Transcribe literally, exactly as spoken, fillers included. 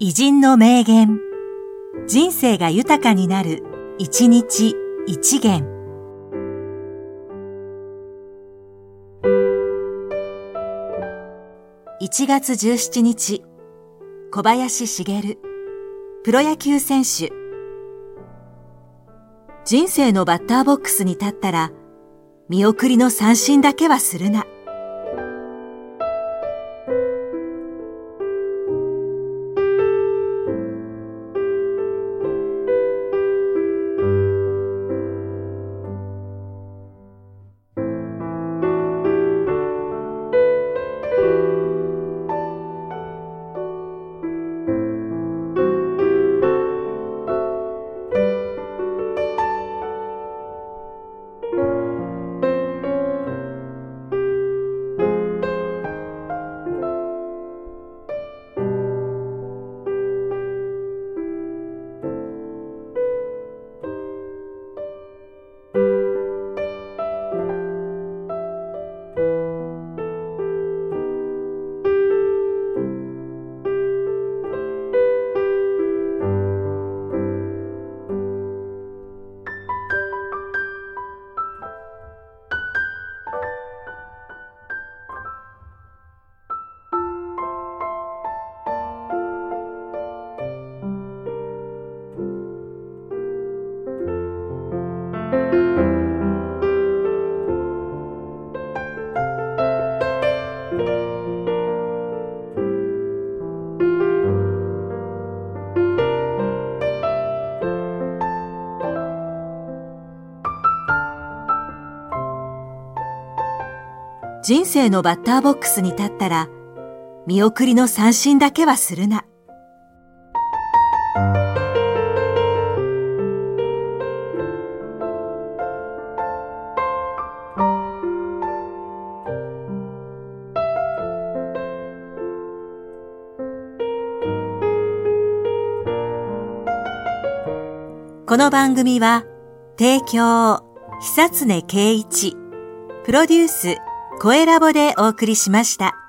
偉人の名言。人生が豊かになる、一日一元。いちがつじゅうしちにち、小林茂。プロ野球選手。人生のバッターボックスに立ったら、見送りの三振だけはするな。人生のバッターボックスに立ったら、見送りの三振だけはするな。この番組は、提供、久常圭一、プロデュース、声ラボでお送りしました。